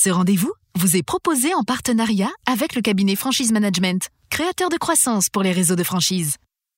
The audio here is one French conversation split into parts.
Ce rendez-vous vous est proposé en partenariat avec le cabinet Franchise Management, créateur de croissance pour les réseaux de franchise.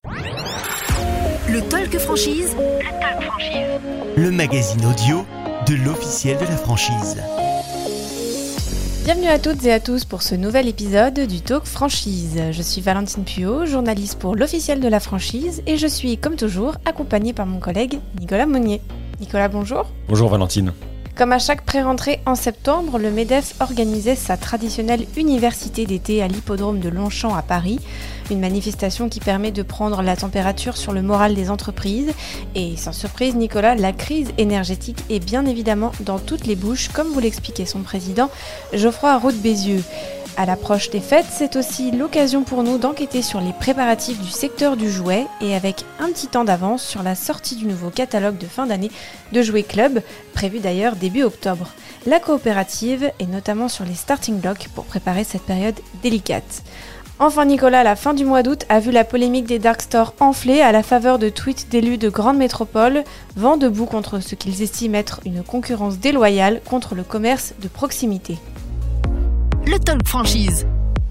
Le Talk Franchise. Le magazine audio de l'officiel de la franchise. Bienvenue à toutes et à tous pour ce nouvel épisode du Talk Franchise. Je suis Valentine Puot, journaliste pour l'officiel de la franchise et je suis comme toujours accompagnée par mon collègue Nicolas Monnier. Nicolas, bonjour. Bonjour Valentine. Comme à chaque pré-rentrée en septembre, le MEDEF organisait sa traditionnelle université d'été à l'hippodrome de Longchamp à Paris. Une manifestation qui permet de prendre la température sur le moral des entreprises. Et sans surprise, Nicolas, la crise énergétique est bien évidemment dans toutes les bouches, comme vous l'expliquait son président, Geoffroy Roux de Bézieux. À l'approche des fêtes, c'est aussi l'occasion pour nous d'enquêter sur les préparatifs du secteur du jouet et avec un petit temps d'avance sur la sortie du nouveau catalogue de fin d'année de Jouet Club, prévu d'ailleurs début octobre. La coopérative est notamment sur les starting blocks pour préparer cette période délicate. Enfin Nicolas, la fin du mois d'août a vu la polémique des dark stores enfler à la faveur de tweets d'élus de grandes métropoles, vent debout contre ce qu'ils estiment être une concurrence déloyale contre le commerce de proximité. Le Talk Franchise.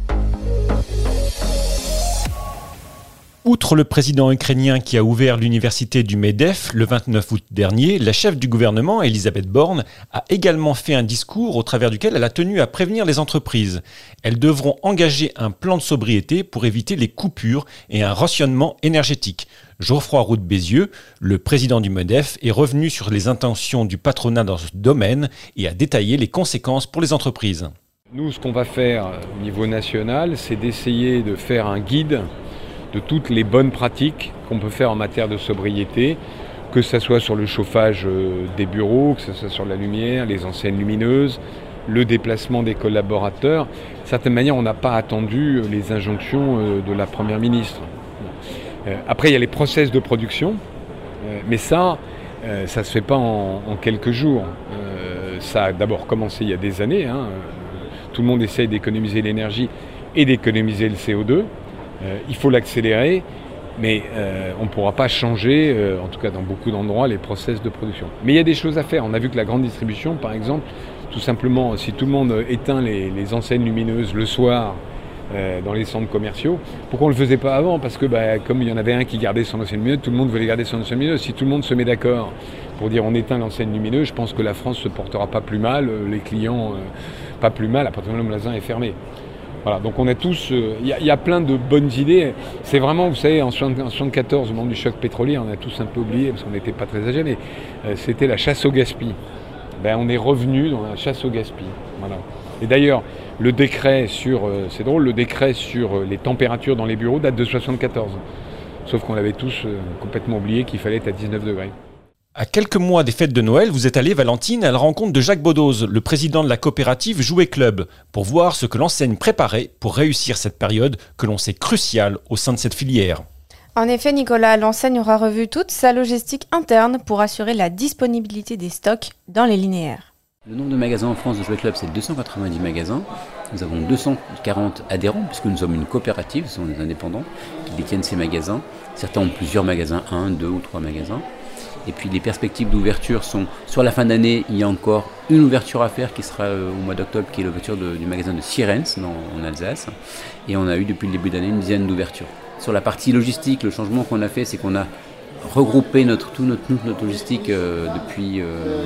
Outre le président ukrainien qui a ouvert l'université du MEDEF le 29 août dernier, la chef du gouvernement, Elisabeth Borne, a également fait un discours au travers duquel elle a tenu à prévenir les entreprises. Elles devront engager un plan de sobriété pour éviter les coupures et un rationnement énergétique. Geoffroy Roux de Bézieux, le président du MEDEF, est revenu sur les intentions du patronat dans ce domaine et a détaillé les conséquences pour les entreprises. Nous, ce qu'on va faire au niveau national, c'est d'essayer de faire un guide de toutes les bonnes pratiques qu'on peut faire en matière de sobriété, que ce soit sur le chauffage des bureaux, que ce soit sur la lumière, les enseignes lumineuses, le déplacement des collaborateurs. De certaine manière, on n'a pas attendu les injonctions de la Première ministre. Après, il y a les process de production, mais ça ne se fait pas en quelques jours. Ça a d'abord commencé il y a des années. Tout le monde essaye d'économiser l'énergie et d'économiser le CO2. Il faut l'accélérer, mais on ne pourra pas changer, en tout cas dans beaucoup d'endroits, les process de production. Mais il y a des choses à faire. On a vu que la grande distribution, par exemple, tout simplement, si tout le monde éteint les enseignes lumineuses le soir dans les centres commerciaux, pourquoi on ne le faisait pas avant ? Parce que comme il y en avait un qui gardait son enseigne lumineuse, tout le monde voulait garder son enseigne lumineuse. Si tout le monde se met d'accord pour dire on éteint l'enseigne lumineuse, je pense que la France ne se portera pas plus mal, les clients pas plus mal à partir du moment où le magasin est fermé. Voilà, donc on a tous, il y a plein de bonnes idées. C'est vraiment, vous savez, en 1974, au moment du choc pétrolier, on a tous un peu oublié, parce qu'on n'était pas très âgés, mais c'était la chasse au gaspillage. On est revenu dans la chasse au gaspillage. Voilà. Et d'ailleurs, le décret sur les températures dans les bureaux date de 1974. Sauf qu'on l'avait tous complètement oublié qu'il fallait être à 19 degrés. À quelques mois des fêtes de Noël, vous êtes allé, Valentine, à la rencontre de Jacques Baudoz, le président de la coopérative Jouet Club, pour voir ce que l'enseigne préparait pour réussir cette période que l'on sait cruciale au sein de cette filière. En effet, Nicolas, l'enseigne aura revu toute sa logistique interne pour assurer la disponibilité des stocks dans les linéaires. Le nombre de magasins en France de Jouet Club, c'est 290 magasins. Nous avons 240 adhérents, puisque nous sommes une coopérative, ce sont des indépendants qui détiennent ces magasins. Certains ont plusieurs magasins, 1, 2 ou 3 magasins. Et puis les perspectives d'ouverture sont, sur la fin d'année, il y a encore une ouverture à faire qui sera au mois d'octobre, qui est l'ouverture du magasin de Sierentz en Alsace. Et on a eu depuis le début d'année une dizaine d'ouvertures. Sur la partie logistique, le changement qu'on a fait, c'est qu'on a regroupé toute notre logistique depuis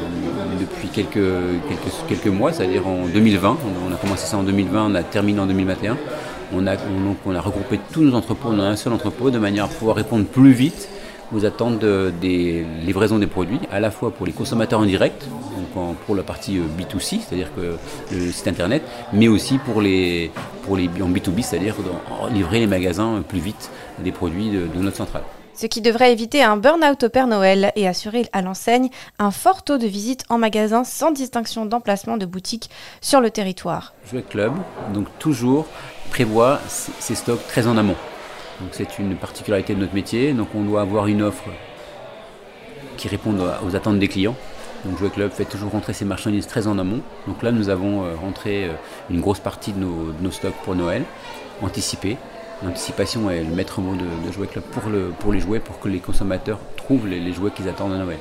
quelques mois, c'est-à-dire en 2020. On a commencé ça en 2020, on a terminé en 2021. On a regroupé tous nos entrepôts dans un seul entrepôt de manière à pouvoir répondre plus vite aux attentes des livraisons des produits, à la fois pour les consommateurs en direct, donc pour la partie B2C, c'est-à-dire que le site internet, mais aussi pour les en B2B, c'est-à-dire livrer les magasins plus vite des produits de notre centrale. Ce qui devrait éviter un burn-out au Père Noël et assurer à l'enseigne un fort taux de visite en magasin sans distinction d'emplacement de boutique sur le territoire. Jouet Club, donc toujours prévoit ses stocks très en amont. Donc c'est une particularité de notre métier, donc on doit avoir une offre qui réponde aux attentes des clients. Donc Jouet Club fait toujours rentrer ses marchandises très en amont. Donc là nous avons rentré une grosse partie de nos stocks pour Noël, anticipés. L'anticipation est le maître mot de Jouet Club pour les jouets, pour que les consommateurs trouvent les jouets qu'ils attendent à Noël.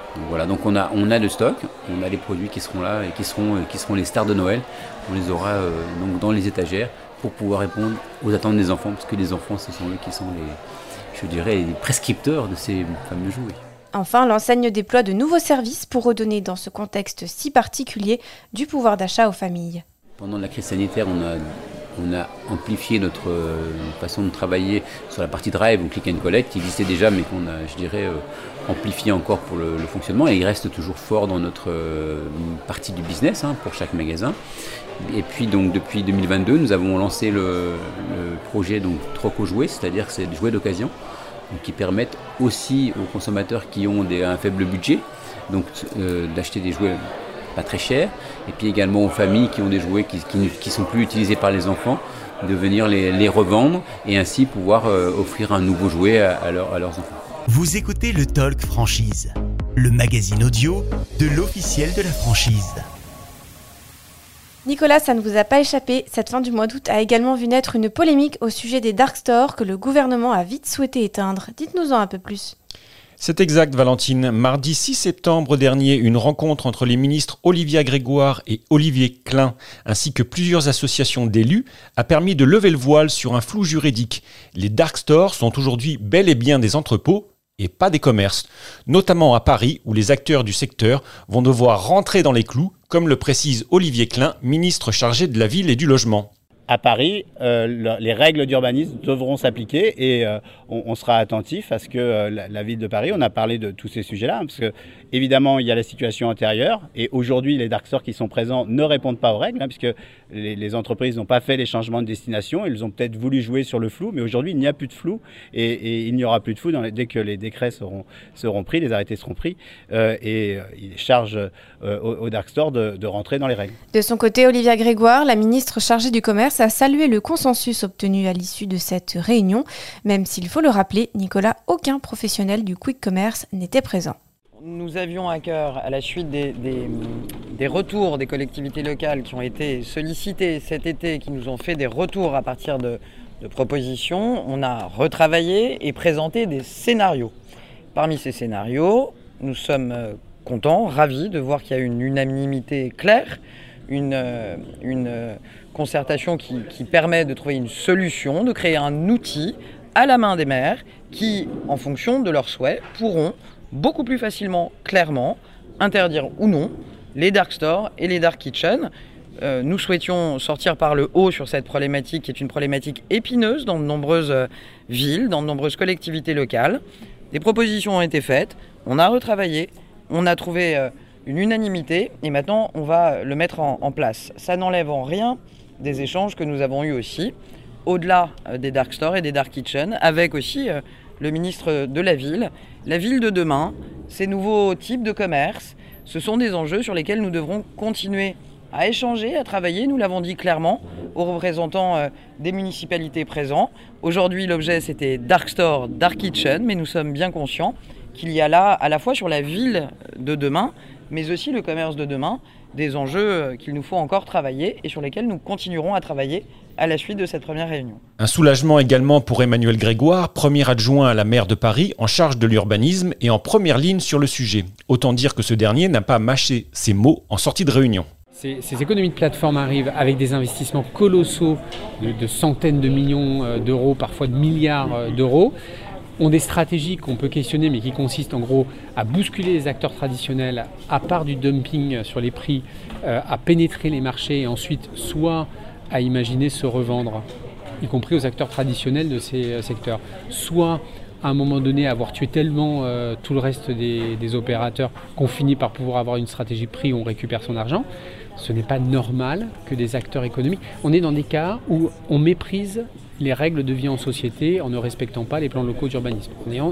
Donc voilà, donc on a le stock, on a les produits qui seront là et qui seront les stars de Noël. On les aura donc dans les étagères pour pouvoir répondre aux attentes des enfants, parce que les enfants, ce sont eux qui sont les prescripteurs de ces fameux jouets. Enfin, l'enseigne déploie de nouveaux services pour redonner, dans ce contexte si particulier, du pouvoir d'achat aux familles. Pendant la crise sanitaire, on a amplifié notre façon de travailler sur la partie drive ou click and collect qui existait déjà, mais qu'on a, amplifié encore pour le fonctionnement. Et il reste toujours fort dans notre partie du business pour chaque magasin. Et puis donc depuis 2022, nous avons lancé le projet donc Troc aux jouets, c'est-à-dire que c'est des jouets d'occasion, donc, qui permettent aussi aux consommateurs qui ont un faible budget donc d'acheter des jouets pas très chers, et puis également aux familles qui ont des jouets qui sont plus utilisés par les enfants, de venir les revendre et ainsi pouvoir offrir un nouveau jouet à leurs enfants. Vous écoutez le Talk Franchise, le magazine audio de l'officiel de la franchise. Nicolas, ça ne vous a pas échappé, cette fin du mois d'août a également vu naître une polémique au sujet des dark stores que le gouvernement a vite souhaité éteindre. Dites-nous-en un peu plus. C'est exact, Valentine. Mardi 6 septembre dernier, une rencontre entre les ministres Olivia Grégoire et Olivier Klein, ainsi que plusieurs associations d'élus, a permis de lever le voile sur un flou juridique. Les dark stores sont aujourd'hui bel et bien des entrepôts et pas des commerces, notamment à Paris où les acteurs du secteur vont devoir rentrer dans les clous, comme le précise Olivier Klein, ministre chargé de la ville et du logement. À Paris, les règles d'urbanisme devront s'appliquer et on sera attentif à ce que la ville de Paris, on a parlé de tous ces sujets-là, parce que évidemment il y a la situation intérieure et aujourd'hui les dark stores qui sont présents ne répondent pas aux règles, puisque les entreprises n'ont pas fait les changements de destination, ils ont peut-être voulu jouer sur le flou, mais aujourd'hui il n'y a plus de flou et il n'y aura plus de flou dès que les décrets seront pris, les arrêtés seront pris et il charge aux dark stores de rentrer dans les règles. De son côté, Olivia Grégoire, la ministre chargée du commerce, a salué le consensus obtenu à l'issue de cette réunion, même s'il faut le rappeler, Nicolas, aucun professionnel du quick commerce n'était présent. Nous avions à cœur, à la suite des retours des collectivités locales qui ont été sollicitées cet été, qui nous ont fait des retours à partir de propositions, on a retravaillé et présenté des scénarios. Parmi ces scénarios, nous sommes contents, ravis de voir qu'il y a une unanimité claire, une concertation qui permet de trouver une solution, de créer un outil à la main des maires qui, en fonction de leurs souhaits, pourront beaucoup plus facilement, clairement, interdire ou non les dark stores et les dark kitchens. Nous souhaitions sortir par le haut sur cette problématique qui est une problématique épineuse dans de nombreuses villes, dans de nombreuses collectivités locales. Des propositions ont été faites, on a retravaillé, on a trouvé une unanimité et maintenant on va le mettre en place. Ça n'enlève en rien des échanges que nous avons eus aussi, au-delà des dark stores et des dark kitchens, avec aussi le ministre de la ville de demain, ces nouveaux types de commerce, ce sont des enjeux sur lesquels nous devrons continuer à échanger, à travailler, nous l'avons dit clairement aux représentants des municipalités présents. Aujourd'hui, l'objet c'était dark store, dark kitchen, mais nous sommes bien conscients qu'il y a là, à la fois sur la ville de demain, mais aussi le commerce de demain, des enjeux qu'il nous faut encore travailler et sur lesquels nous continuerons à travailler à la suite de cette première réunion. Un soulagement également pour Emmanuel Grégoire, premier adjoint à la maire de Paris en charge de l'urbanisme et en première ligne sur le sujet. Autant dire que ce dernier n'a pas mâché ses mots en sortie de réunion. Ces économies de plateforme arrivent avec des investissements colossaux de centaines de millions d'euros, parfois de milliards d'euros, ont des stratégies qu'on peut questionner mais qui consistent en gros à bousculer les acteurs traditionnels, à part du dumping sur les prix, à pénétrer les marchés et ensuite soit à imaginer se revendre, y compris aux acteurs traditionnels de ces secteurs, soit à un moment donné avoir tué tellement tout le reste des opérateurs qu'on finit par pouvoir avoir une stratégie prix où on récupère son argent. Ce n'est pas normal que des acteurs économiques... On est dans des cas où on méprise les règles de vie en société en ne respectant pas les plans locaux d'urbanisme, en ayant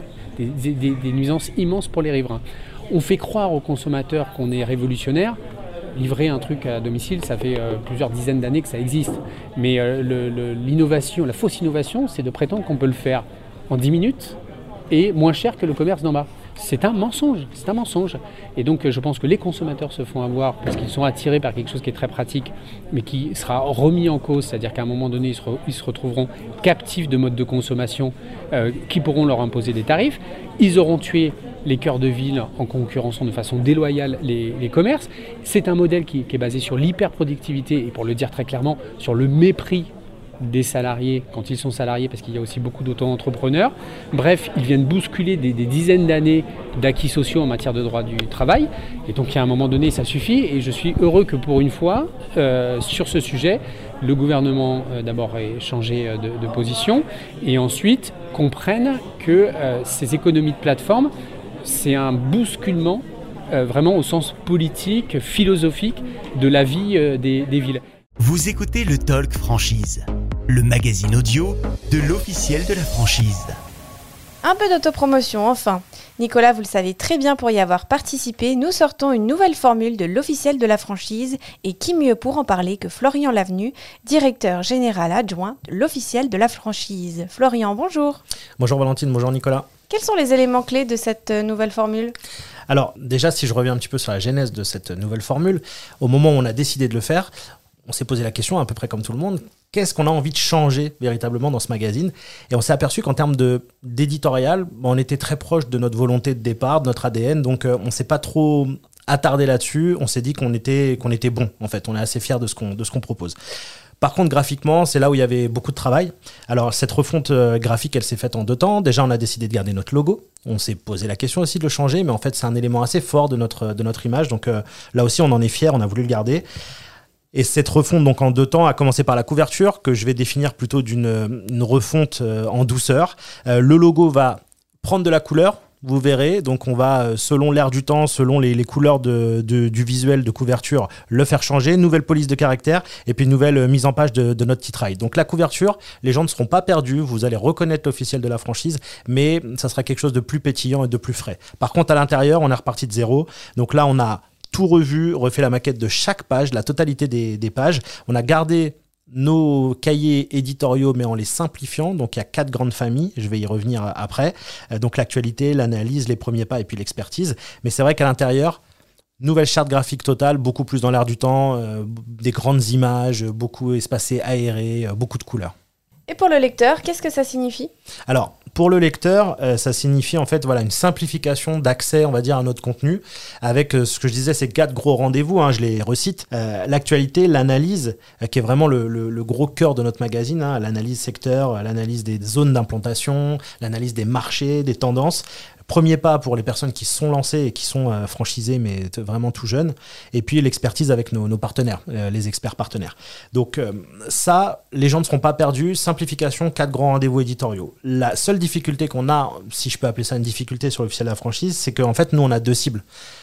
des nuisances immenses pour les riverains. On fait croire aux consommateurs qu'on est révolutionnaire. Livrer un truc à domicile, ça fait plusieurs dizaines d'années que ça existe. Mais l'innovation, la fausse innovation, c'est de prétendre qu'on peut le faire en 10 minutes et moins cher que le commerce d'en bas. c'est un mensonge. Et donc je pense que les consommateurs se font avoir parce qu'ils sont attirés par quelque chose qui est très pratique, mais qui sera remis en cause, c'est-à-dire qu'à un moment donné, ils se retrouveront captifs de modes de consommation qui pourront leur imposer des tarifs. Ils auront tué les cœurs de ville en concurrençant de façon déloyale les commerces. C'est un modèle qui est basé sur l'hyperproductivité et, pour le dire très clairement, sur le mépris des salariés quand ils sont salariés, parce qu'il y a aussi beaucoup d'auto-entrepreneurs. Bref, ils viennent bousculer des dizaines d'années d'acquis sociaux en matière de droit du travail. Et donc, à un moment donné, ça suffit. Et je suis heureux que pour une fois, sur ce sujet, le gouvernement d'abord ait changé de position et ensuite comprenne que ces économies de plateforme, c'est un bousculement vraiment au sens politique, philosophique de la vie des villes. Vous écoutez le Talk Franchise, le magazine audio de l'officiel de la franchise. Un peu d'autopromotion enfin. Nicolas, vous le savez très bien pour y avoir participé, nous sortons une nouvelle formule de l'officiel de la franchise et qui mieux pour en parler que Florian Lavenu, directeur général adjoint de l'officiel de la franchise. Florian, bonjour. Bonjour Valentine, bonjour Nicolas. Quels sont les éléments clés de cette nouvelle formule ? Alors déjà, si je reviens un petit peu sur la genèse de cette nouvelle formule, au moment où on a décidé de le faire, on s'est posé la question, à peu près comme tout le monde, qu'est-ce qu'on a envie de changer véritablement dans ce magazine ? Et on s'est aperçu qu'en termes d'éditorial, on était très proche de notre volonté de départ, de notre ADN, donc on ne s'est pas trop attardé là-dessus, on s'est dit qu'on était bon, en fait, on est assez fiers de ce qu'on propose. Par contre, graphiquement, c'est là où il y avait beaucoup de travail. Alors, cette refonte graphique, elle s'est faite en 2 temps. Déjà, on a décidé de garder notre logo. On s'est posé la question aussi de le changer, mais en fait, c'est un élément assez fort de notre image. Donc là aussi, on en est fiers, on a voulu le garder. Et cette refonte, donc en 2 temps, a commencé par la couverture, que je vais définir plutôt d'une refonte en douceur. Le logo va prendre de la couleur, vous verrez. Donc on va, selon l'air du temps, selon les couleurs du visuel de couverture, le faire changer. Nouvelle police de caractère et puis nouvelle mise en page de notre titrail. Donc la couverture, les gens ne seront pas perdus. Vous allez reconnaître l'officiel de la franchise, mais ça sera quelque chose de plus pétillant et de plus frais. Par contre, à l'intérieur, on est reparti de zéro. Donc là, on a tout revu, refait la maquette de chaque page, la totalité des pages. On a gardé nos cahiers éditoriaux, mais en les simplifiant. Donc, il y a 4 grandes familles. Je vais y revenir après. Donc, l'actualité, l'analyse, les premiers pas et puis l'expertise. Mais c'est vrai qu'à l'intérieur, nouvelle charte graphique totale, beaucoup plus dans l'air du temps, des grandes images, beaucoup espacées, aérées, beaucoup de couleurs. Et pour le lecteur, qu'est-ce que ça signifie ? Alors, pour le lecteur, ça signifie en fait une simplification d'accès, on va dire, à notre contenu, avec ce que je disais, ces 4 gros rendez-vous, je les recite. L'actualité, l'analyse, qui est vraiment le gros cœur de notre magazine, l'analyse secteur, l'analyse des zones d'implantation, l'analyse des marchés, des tendances. Premier pas pour les personnes qui se sont lancées et qui sont franchisées, mais vraiment tout jeunes. Et puis l'expertise avec nos partenaires, les experts partenaires. Donc ça, les gens ne seront pas perdus. Simplification, 4 grands rendez-vous éditoriaux. La seule difficulté qu'on a, si je peux appeler ça une difficulté sur l'officiel de la franchise, c'est qu'en fait, nous, on a 2 cibles.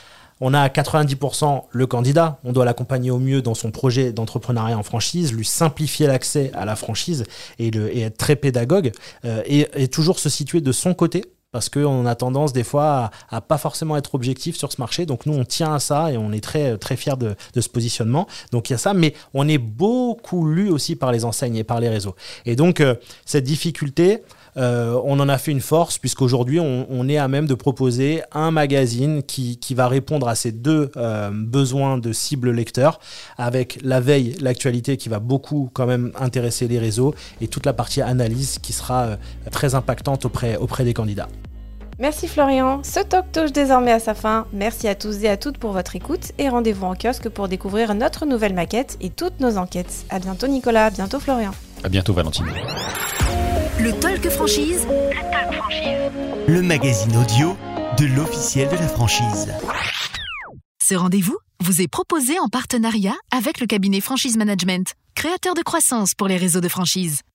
On a à 90% le candidat, on doit l'accompagner au mieux dans son projet d'entrepreneuriat en franchise, lui simplifier l'accès à la franchise et être très pédagogue et toujours se situer de son côté. Parce qu'on a tendance des fois à pas forcément être objectif sur ce marché. Donc nous, on tient à ça et on est très, très fiers de ce positionnement. Donc il y a ça, mais on est beaucoup lu aussi par les enseignes et par les réseaux. Et donc cette difficulté, on en a fait une force puisqu'aujourd'hui, on est à même de proposer un magazine qui va répondre à ces 2 besoins de cible lecteur, avec la veille, l'actualité qui va beaucoup quand même intéresser les réseaux et toute la partie analyse qui sera très impactante auprès des candidats. Merci Florian, ce talk touche désormais à sa fin. Merci à tous et à toutes pour votre écoute et rendez-vous en kiosque pour découvrir notre nouvelle maquette et toutes nos enquêtes. À bientôt Nicolas, à bientôt Florian. À bientôt Valentine. Le Talk Franchise. Le magazine audio de l'officiel de la franchise. Ce rendez-vous vous est proposé en partenariat avec le cabinet Franchise Management, créateur de croissance pour les réseaux de franchise.